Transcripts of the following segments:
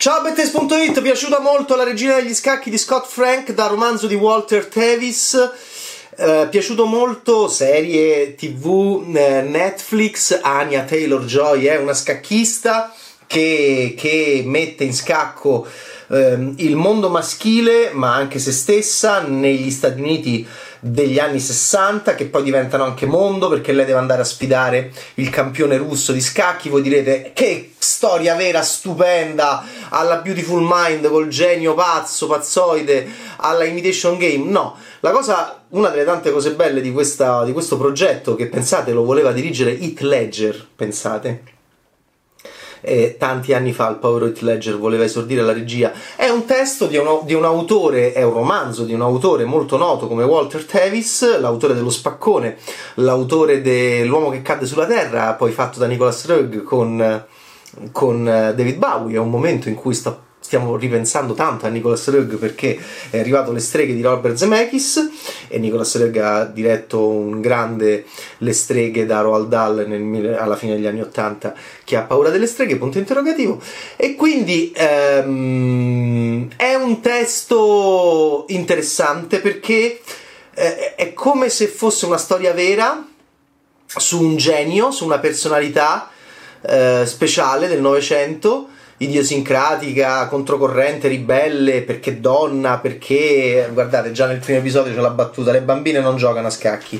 Ciao Bettes.it, piaciuta molto La regina degli scacchi di Scott Frank dal romanzo di Walter Tevis. Piaciuto molto, serie TV, Netflix. Anya Taylor-Joy è una scacchista che mette in scacco il mondo maschile, ma anche se stessa, negli Stati Uniti degli anni 60, che poi diventano anche mondo, perché lei deve andare a sfidare il campione russo di scacchi. Voi direte: che storia vera stupenda, alla Beautiful Mind, col genio pazzoide, alla Imitation Game. No, una delle tante cose belle di questo progetto, che pensate lo voleva dirigere Heath Ledger, pensate. Tanti anni fa il povero Heath Ledger voleva esordire la regia. È un testo di un autore, è un romanzo di un autore molto noto come Walter Tevis, l'autore dello Spaccone, l'autore dell'Uomo che cadde sulla terra, poi fatto da Nicholas Roeg con David Bowie. È un momento in cui stiamo ripensando tanto a Nicholas Roeg, perché è arrivato Le streghe di Robert Zemeckis e Nicholas Roeg ha diretto un grande Le streghe da Roald Dahl alla fine degli anni '80, che ha paura delle streghe, punto interrogativo. E quindi è un testo interessante, perché è come se fosse una storia vera su un genio, su una personalità speciale del Novecento, idiosincratica, controcorrente, ribelle, perché donna, perché, guardate, già nel primo episodio c'è la battuta: le bambine non giocano a scacchi,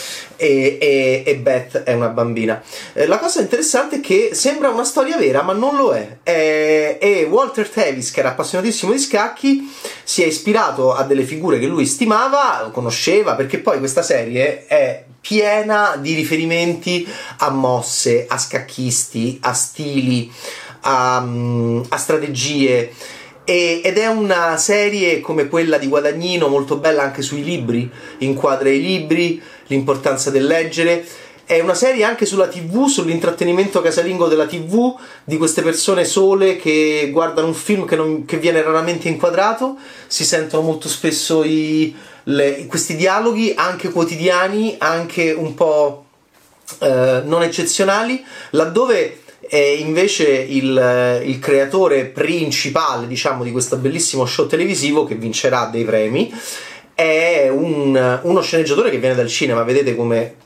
e Beth è una bambina. La cosa interessante è che sembra una storia vera, ma non lo è. E Walter Tevis, che era appassionatissimo di scacchi, si è ispirato a delle figure che lui stimava, conosceva, perché poi questa serie è piena di riferimenti a mosse, a scacchisti, a stili, a strategie, ed è una serie come quella di Guadagnino, molto bella anche sui libri, inquadra i libri, l'importanza del leggere. È una serie anche sulla TV, sull'intrattenimento casalingo della TV, di queste persone sole che guardano un film che viene raramente inquadrato. Si sentono molto spesso questi dialoghi, anche quotidiani, anche un po' non eccezionali, laddove invece il creatore principale, diciamo, di questo bellissimo show televisivo, che vincerà dei premi, è uno sceneggiatore che viene dal cinema. Vedete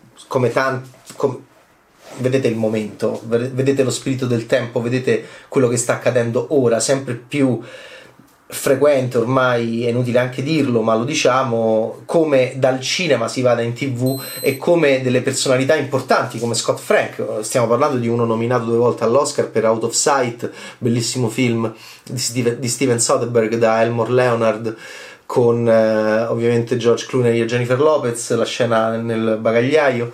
vedete il momento, vedete lo spirito del tempo, vedete quello che sta accadendo ora, sempre più frequente, ormai è inutile anche dirlo, ma lo diciamo, come dal cinema si vada in TV, e come delle personalità importanti come Scott Frank. Stiamo parlando di uno nominato 2 volte all'Oscar per Out of Sight, bellissimo film di Steven Soderbergh da Elmore Leonard, con ovviamente George Clooney e Jennifer Lopez, la scena nel bagagliaio,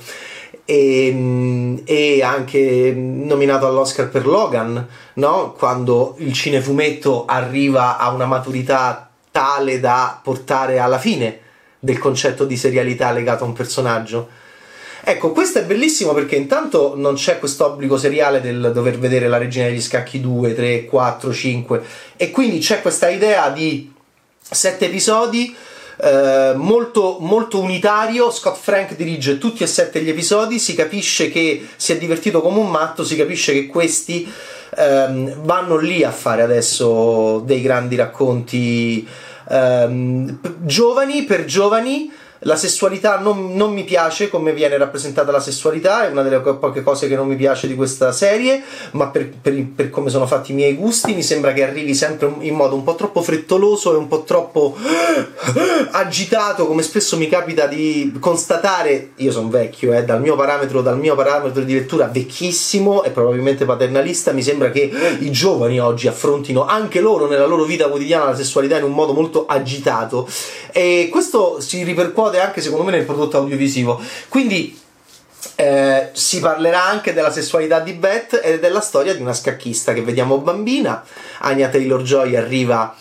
e anche nominato all'Oscar per Logan, no? Quando il cinefumetto arriva a una maturità tale da portare alla fine del concetto di serialità legato a un personaggio. Ecco, questo è bellissimo, perché intanto non c'è questo obbligo seriale del dover vedere La regina degli scacchi 2, 3, 4, 5, e quindi c'è questa idea di 7 episodi molto, molto unitario. Scott Frank dirige tutti e 7 gli episodi, si capisce che si è divertito come un matto, si capisce che questi vanno lì a fare adesso dei grandi racconti giovani per giovani. La sessualità non mi piace come viene rappresentata la sessualità, è una delle poche cose che non mi piace di questa serie, ma per come sono fatti i miei gusti mi sembra che arrivi sempre in modo un po' troppo frettoloso e un po' troppo agitato, come spesso mi capita di constatare. Io sono vecchio, dal mio parametro di lettura vecchissimo e probabilmente paternalista, mi sembra che i giovani oggi affrontino anche loro nella loro vita quotidiana la sessualità in un modo molto agitato, e questo si ripercuote anche secondo me nel prodotto audiovisivo. Quindi si parlerà anche della sessualità di Beth e della storia di una scacchista che vediamo bambina. Anya Taylor-Joy arriva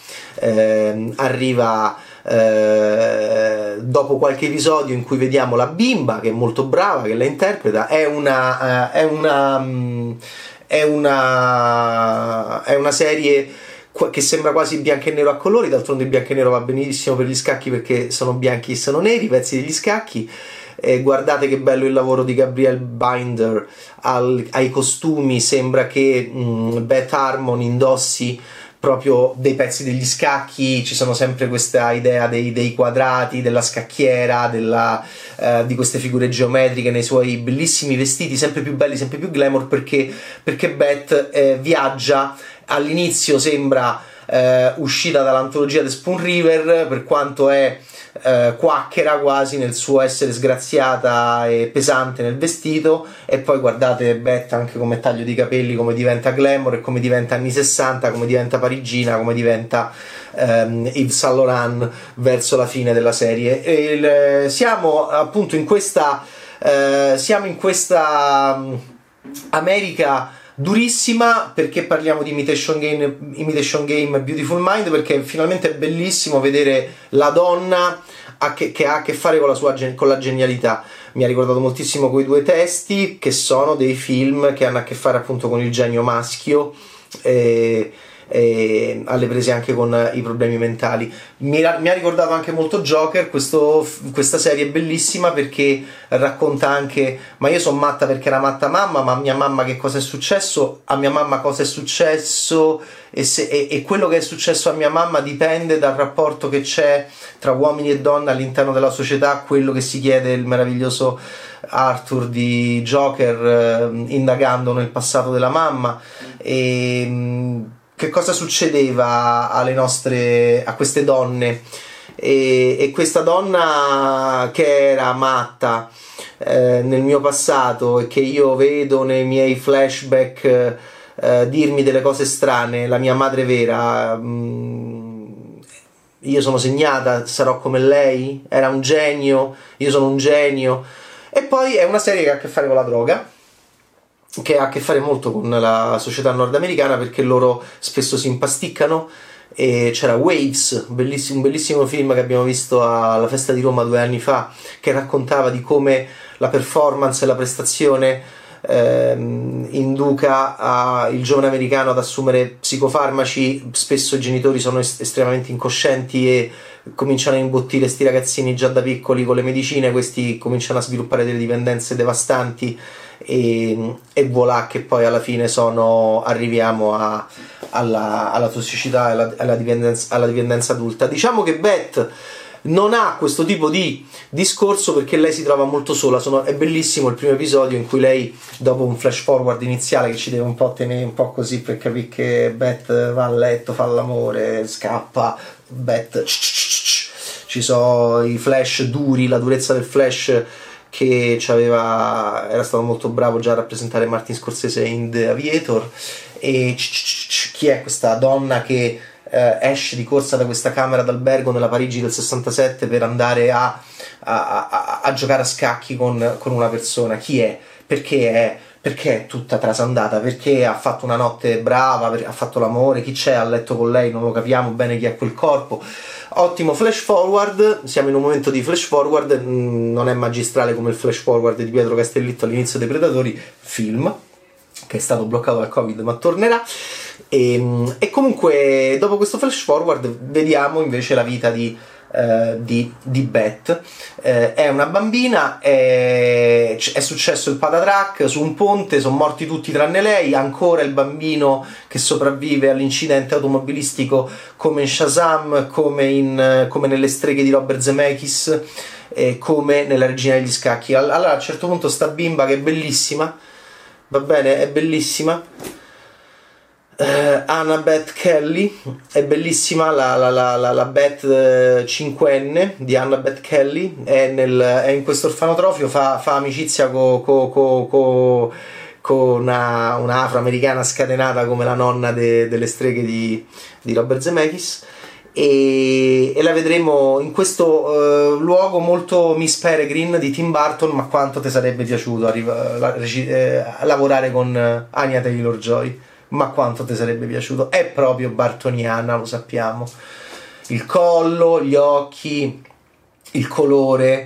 dopo qualche episodio in cui vediamo la bimba, che è molto brava, che la interpreta. È una serie che sembra quasi bianco e nero a colori. D'altronde il bianco e nero va benissimo per gli scacchi, perché sono bianchi e sono neri i pezzi degli scacchi. Guardate che bello il lavoro di Gabrielle Binder ai costumi. Sembra che Beth Harmon indossi proprio dei pezzi degli scacchi, ci sono sempre questa idea dei quadrati, della scacchiera, di queste figure geometriche nei suoi bellissimi vestiti, sempre più belli, sempre più glamour, perché Beth viaggia. All'inizio sembra uscita dall'antologia The Spoon River, per quanto è quacchera quasi nel suo essere sgraziata e pesante nel vestito, e poi guardate Beth anche come taglio di capelli, come diventa glamour e come diventa anni 60, come diventa parigina, come diventa Yves Saint Laurent verso la fine della serie. Siamo appunto in questa America durissima, perché parliamo di Imitation Game Beautiful Mind, perché finalmente è bellissimo vedere la donna che ha a che fare con la genialità. Mi ha ricordato moltissimo quei due testi, che sono dei film che hanno a che fare appunto con il genio maschio e alle prese anche con i problemi mentali. Mi ha ricordato anche molto Joker. Questa serie è bellissima perché racconta anche: ma io sono matta perché era matta mamma, ma a mia mamma che cosa è successo? A mia mamma cosa è successo? E quello che è successo a mia mamma dipende dal rapporto che c'è tra uomini e donne all'interno della società, quello che si chiede il meraviglioso Arthur di Joker, indagando nel passato della mamma. Che cosa succedeva a queste donne, e questa donna che era matta nel mio passato e che io vedo nei miei flashback dirmi delle cose strane, la mia madre vera, io sono segnata, sarò come lei, era un genio, io sono un genio. E poi è una serie che ha a che fare con la droga, che ha a che fare molto con la società nordamericana, perché loro spesso si impasticcano. E c'era Waves, un bellissimo film che abbiamo visto alla Festa di Roma 2 anni fa, che raccontava di come la performance e la prestazione induca il giovane americano ad assumere psicofarmaci. Spesso i genitori sono estremamente incoscienti e cominciano a imbottire sti ragazzini già da piccoli con le medicine. Questi cominciano a sviluppare delle dipendenze devastanti, e voilà che poi alla fine arriviamo alla tossicità e alla dipendenza adulta. Diciamo che Beth non ha questo tipo di discorso perché lei si trova molto sola. È bellissimo il primo episodio in cui lei, dopo un flash forward iniziale che ci deve un po' tenere un po' così per capire che Beth va a letto, fa l'amore, scappa, Beth ci sono i flash duri, la durezza del flash che era stato molto bravo già a rappresentare Martin Scorsese in The Aviator. E chi è questa donna che esce di corsa da questa camera d'albergo nella Parigi del 67 per andare a giocare a scacchi con una persona? Chi è? Perché è tutta trasandata? Perché ha fatto una notte brava, ha fatto l'amore? Chi c'è a letto con lei? Non lo capiamo bene chi è quel corpo. Ottimo flash forward, siamo in un momento di flash forward, non è magistrale come il flash forward di Pietro Castellitto all'inizio dei Predatori, film che è stato bloccato dal Covid ma tornerà. E comunque dopo questo flash forward vediamo invece la vita di Beth. È una bambina, è successo il patatrack su un ponte, sono morti tutti tranne lei, ancora il bambino che sopravvive all'incidente automobilistico come in Shazam, come nelle streghe di Robert Zemeckis, come nella Regina degli Scacchi. Allora a un certo punto sta bimba, che è bellissima, va bene, è bellissima, Annabeth Kelly, è bellissima la Beth cinquenne di Annabeth Kelly, è in questo orfanotrofio, fa amicizia con una afroamericana scatenata come la nonna delle streghe di Robert Zemeckis, e la vedremo in questo luogo molto Miss Peregrine di Tim Burton. Ma quanto ti sarebbe piaciuto lavorare con Anya Taylor-Joy? Ma quanto ti sarebbe piaciuto? È proprio bartoniana, lo sappiamo. Il collo, gli occhi, il colore.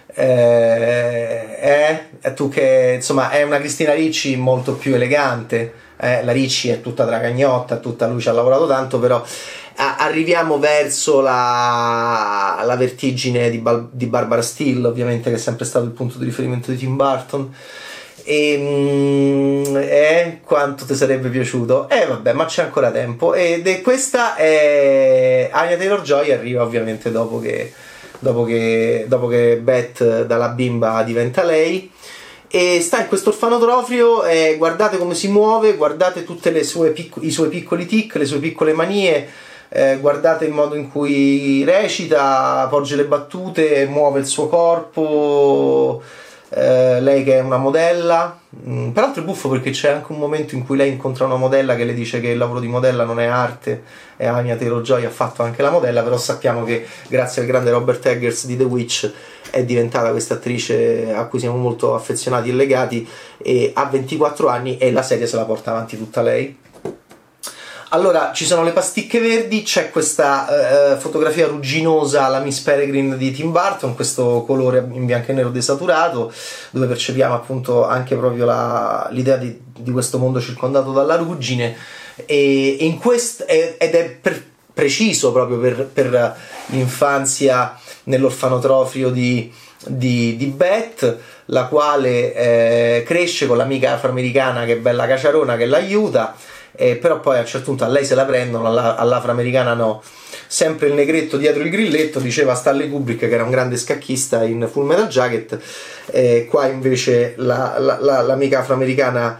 Tu che insomma è una Christina Ricci molto più elegante. La Ricci è tutta tragagnotta, tutta lui ci ha lavorato tanto, però arriviamo verso la vertigine di Barbara Steele, ovviamente, che è sempre stato il punto di riferimento di Tim Burton. Quanto ti sarebbe piaciuto? Vabbè, ma c'è ancora tempo. Questa è Anya Taylor-Joy, arriva ovviamente dopo che Beth dalla bimba diventa lei, e sta in questo orfanotrofio. Guardate come si muove, guardate tutti i suoi piccoli tic, le sue piccole manie, guardate il modo in cui recita, porge le battute, muove il suo corpo. Lei che è una modella, peraltro è buffo perché c'è anche un momento in cui lei incontra una modella che le dice che il lavoro di modella non è arte, e Anya Taylor-Joy ha fatto anche la modella, però sappiamo che grazie al grande Robert Eggers di The Witch è diventata questa attrice a cui siamo molto affezionati e legati, e ha 24 anni e la serie se la porta avanti tutta lei. Allora, ci sono le pasticche verdi, c'è questa fotografia rugginosa alla Miss Peregrine di Tim Burton, questo colore in bianco e nero desaturato, dove percepiamo appunto anche proprio l'idea di questo mondo circondato dalla ruggine, ed è preciso proprio per l'infanzia nell'orfanotrofio di Beth, la quale cresce con l'amica afroamericana che è bella caciarona che l'aiuta. Però poi a un certo punto a lei se la prendono, all'afroamericana no. Sempre il negretto dietro il grilletto, diceva Stanley Kubrick, che era un grande scacchista in Full Metal Jacket. Qua invece l'amica afroamericana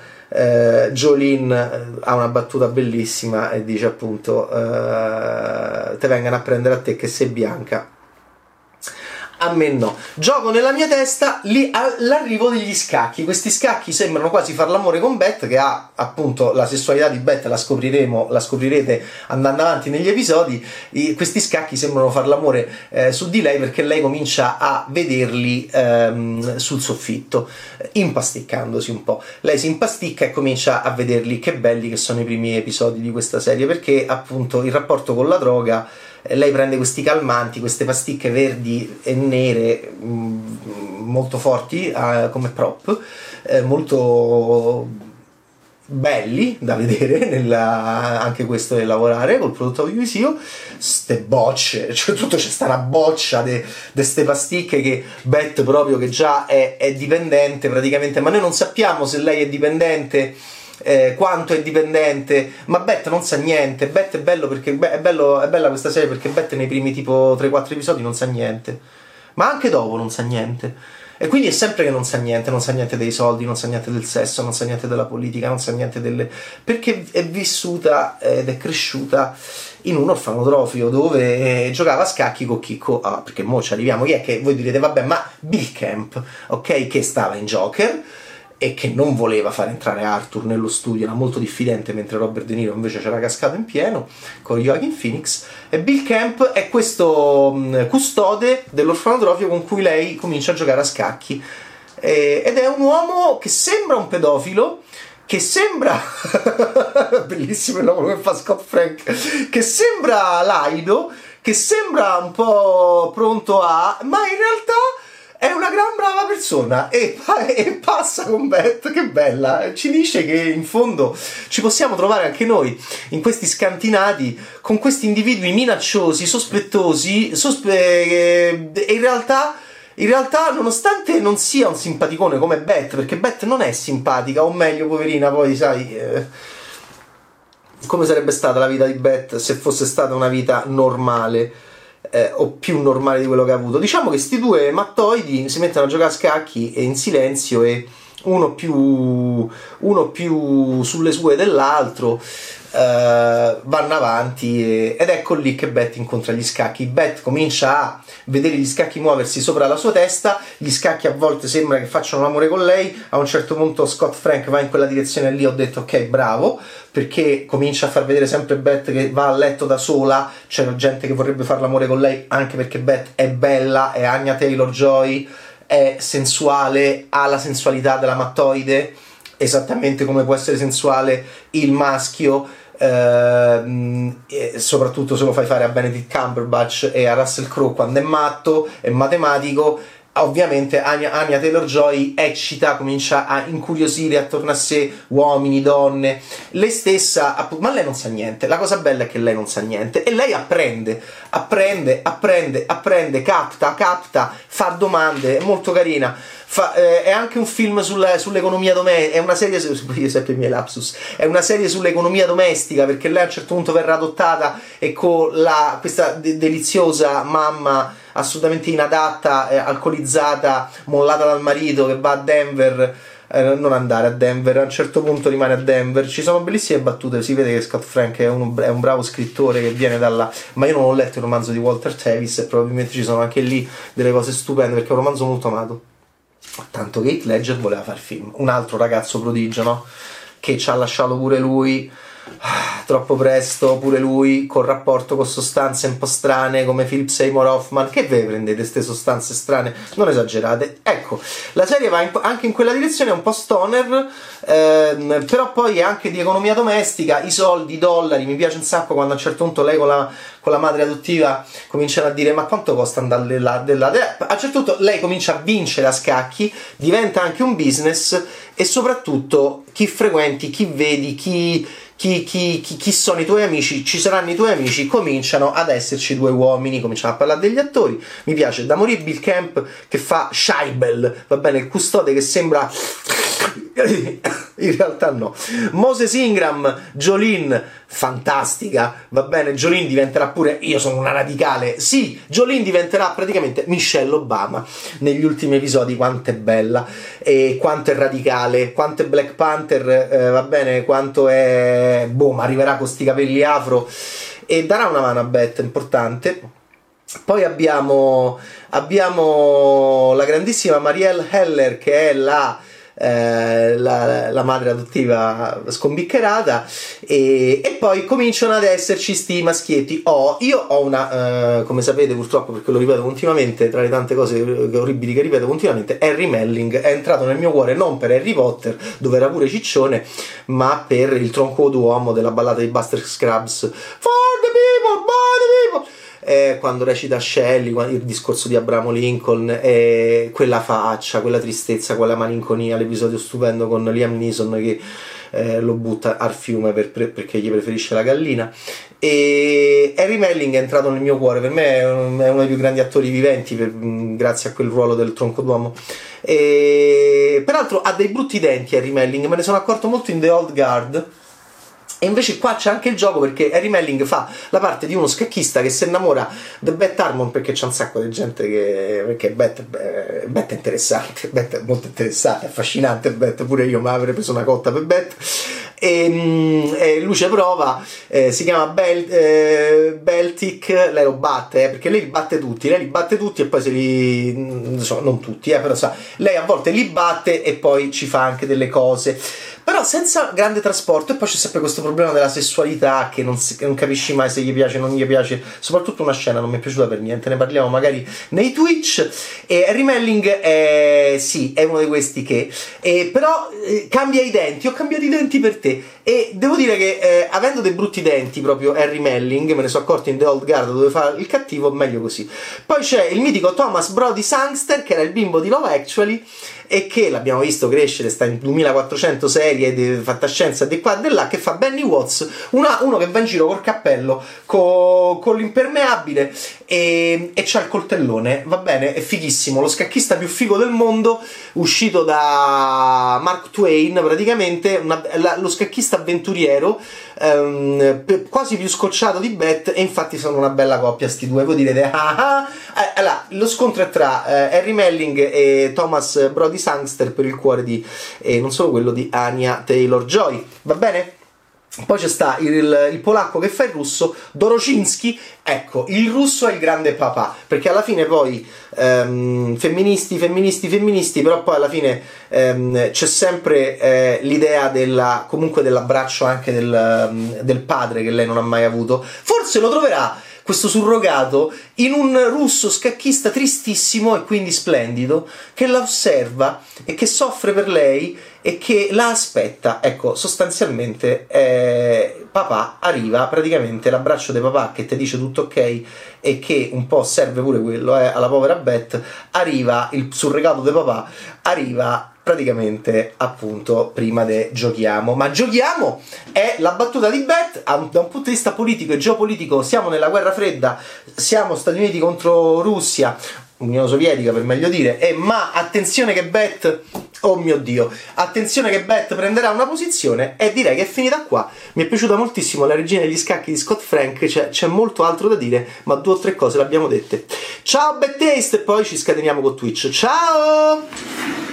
Jolene ha una battuta bellissima e dice appunto te vengano a prendere a te che sei bianca, a me no. Gioco nella mia testa l'arrivo degli scacchi. Questi scacchi sembrano quasi far l'amore con Beth, che ha appunto la sessualità di Beth, la scoprirete andando avanti negli episodi. Questi scacchi sembrano far l'amore su di lei, perché lei comincia a vederli sul soffitto, impasticcandosi un po'. Lei si impasticca e comincia a vederli. Che belli che sono i primi episodi di questa serie, perché appunto il rapporto con la droga, lei prende questi calmanti, queste pasticche verdi e nere molto forti come prop, molto belli da vedere, anche questo è lavorare col prodotto audiovisivo. Ste bocce, cioè tutto, c'è sta una boccia di ste pasticche, che Beth proprio che già è dipendente praticamente, ma noi non sappiamo se lei è dipendente, quanto è dipendente, ma Beth non sa niente. Beth è bello perché è bella questa serie perché Beth nei primi tipo 3-4 episodi non sa niente, ma anche dopo non sa niente, e quindi è sempre che non sa niente dei soldi, non sa niente del sesso, non sa niente della politica, non sa niente perché è vissuta ed è cresciuta in un orfanotrofio dove giocava a scacchi con Chicco. Perché mo ci arriviamo, chi è che voi direte vabbè, ma Bill Camp, ok, che stava in Joker e che non voleva far entrare Arthur nello studio, era molto diffidente, mentre Robert De Niro invece c'era cascato in pieno con Joaquin Phoenix. E Bill Camp è questo custode dell'orfanotrofio con cui lei comincia a giocare a scacchi, ed è un uomo che sembra un pedofilo, che sembra bellissimo il lavoro che fa Scott Frank, che sembra laido, che sembra un po' pronto ma in realtà è una gran brava persona, e passa con Beth, che bella, ci dice che in fondo ci possiamo trovare anche noi in questi scantinati con questi individui minacciosi, sospettosi, e in realtà nonostante non sia un simpaticone come Beth, perché Beth non è simpatica, o meglio poverina, poi sai come sarebbe stata la vita di Beth se fosse stata una vita normale, o più normale di quello che ha avuto. Diciamo che sti due mattoidi si mettono a giocare a scacchi in silenzio, e uno più sulle sue dell'altro, vanno avanti, ed ecco lì che Beth incontra gli scacchi. Beth comincia a vedere gli scacchi muoversi sopra la sua testa, gli scacchi a volte sembra che facciano l'amore con lei. A un certo punto Scott Frank va in quella direzione, e lì ho detto ok, bravo, perché comincia a far vedere sempre Beth che va a letto da sola. C'è gente che vorrebbe fare l'amore con lei, anche perché Beth è bella, è Anya Taylor-Joy, è sensuale, ha la sensualità della mattoide, esattamente come può essere sensuale il maschio, soprattutto se lo fai fare a Benedict Cumberbatch e a Russell Crowe quando è matto, è matematico, ovviamente Anya Taylor-Joy eccita, comincia a incuriosire attorno a sé uomini, donne, lei stessa, ma lei non sa niente. La cosa bella è che lei non sa niente e lei apprende, capta, fa domande, è molto carina. È anche un film sull'economia domestica, è una serie sempre i miei lapsus, è una serie sull'economia domestica, perché lei a un certo punto verrà adottata e con questa deliziosa mamma assolutamente inadatta, alcolizzata, mollata dal marito, che va a Denver, non andare a Denver, a un certo punto rimane a Denver. Ci sono bellissime battute, si vede che Scott Frank è un bravo scrittore che viene dalla... ma io non ho letto il romanzo di Walter Tevis e probabilmente ci sono anche lì delle cose stupende, perché è un romanzo molto amato. Tanto che Heath Ledger voleva far film, un altro ragazzo prodigio, no? Che ci ha lasciato pure lui troppo presto, pure lui col rapporto con sostanze un po' strane come Philip Seymour Hoffman. Che ve prendete queste sostanze strane? Non esagerate. Ecco, la serie va anche in quella direzione, è un po' stoner, però poi è anche di economia domestica, i soldi, i dollari. Mi piace un sacco quando a un certo punto lei con la madre adottiva cominciano a dire: ma quanto costa andare là? A un certo punto lei comincia a vincere a scacchi, diventa anche un business, e soprattutto chi frequenti, chi vedi, chi sono i tuoi amici, ci saranno i tuoi amici, cominciano ad esserci due uomini, cominciamo a parlare degli attori. Mi piace da morire Bill Camp che fa Scheibel, va bene, il custode che sembra in realtà no. Moses Ingram, Jolene, fantastica, va bene. Jolene diventerà pure, io sono una radicale, sì, Jolene diventerà praticamente Michelle Obama negli ultimi episodi. Quanto è bella e quanto è radicale, quanto è Black Panther, va bene, quanto è boom, arriverà con sti capelli afro e darà una mano a Beth importante. Poi abbiamo la grandissima Marielle Heller, che è la madre adottiva scombiccherata, e poi cominciano ad esserci sti maschietti. Io ho una, come sapete purtroppo, perché lo ripeto continuamente, tra le tante cose orribili che ripeto continuamente, Harry Melling è entrato nel mio cuore non per Harry Potter, dove era pure ciccione, ma per il tronco d'uomo della ballata di Buster Scruggs, For the people, by the people, quando recita Shelley, il discorso di Abramo Lincoln, quella faccia, quella tristezza, quella malinconia, l'episodio stupendo con Liam Neeson che lo butta al fiume perché gli preferisce la gallina. E Harry Melling è entrato nel mio cuore, per me è uno dei più grandi attori viventi, grazie a quel ruolo del tronco d'uomo. E peraltro ha dei brutti denti Harry Melling, me ne sono accorto molto in The Old Guard. E invece qua c'è anche il gioco, perché Harry Melling fa la parte di uno scacchista che si innamora di Beth Harmon, perché c'è un sacco di gente perché Beth è interessante, Beth è molto interessante, affascinante Beth, pure io mi avrei preso una cotta per Beth. E lui ci prova, si chiama Beltic, lei lo batte, perché lei li batte tutti e poi se li... non tutti, però sa, lei a volte li batte e poi ci fa anche delle cose, però senza grande trasporto. E poi c'è sempre questo problema della sessualità, che non capisci mai se gli piace o non gli piace. Soprattutto una scena non mi è piaciuta per niente, ne parliamo magari nei Twitch. E Harry Melling è uno di questi che però cambia i denti. Ho cambiato i denti per te, e devo dire che avendo dei brutti denti proprio Harry Melling, me ne sono accorto in The Old Guard dove fa il cattivo, meglio così. Poi c'è il mitico Thomas Brody Sangster, che era il bimbo di Love Actually e che l'abbiamo visto crescere, sta in 2400 serie di fantascienza di qua e di là, che fa Benny Watts, uno che va in giro col cappello, con l'impermeabile e c'ha il coltellone, va bene, è fighissimo, lo scacchista più figo del mondo, uscito da Mark Twain praticamente, lo scacchista avventuriero, quasi più scocciato di Beth, e infatti sono una bella coppia sti due. Voi direte allora, lo scontro è tra Harry Melling e Thomas Brody Sangster per il cuore di non solo quello di Anya Taylor-Joy, va bene? Poi c'è sta il polacco che fa il russo, Dorociński. Ecco, il russo è il grande papà, perché alla fine poi femministi, però poi alla fine c'è sempre l'idea comunque dell'abbraccio anche del padre, che lei non ha mai avuto. Forse lo troverà questo surrogato in un russo scacchista tristissimo e quindi splendido che la osserva e che soffre per lei e che la aspetta. Ecco, sostanzialmente papà arriva, praticamente l'abbraccio di papà che ti dice tutto ok e che un po' serve pure quello alla povera Beth, arriva il surrogato di papà, arriva praticamente appunto prima de giochiamo. Ma giochiamo è la battuta di Beth da un punto di vista politico e geopolitico. Siamo nella guerra fredda, siamo Stati Uniti contro Russia, Unione Sovietica per meglio dire, ma attenzione che Beth, oh mio Dio, attenzione che Beth prenderà una posizione e direi che è finita qua. Mi è piaciuta moltissimo La regina degli scacchi di Scott Frank, c'è molto altro da dire, ma 2 o 3 cose le abbiamo dette. Ciao Bad Taste e poi ci scateniamo con Twitch. Ciao!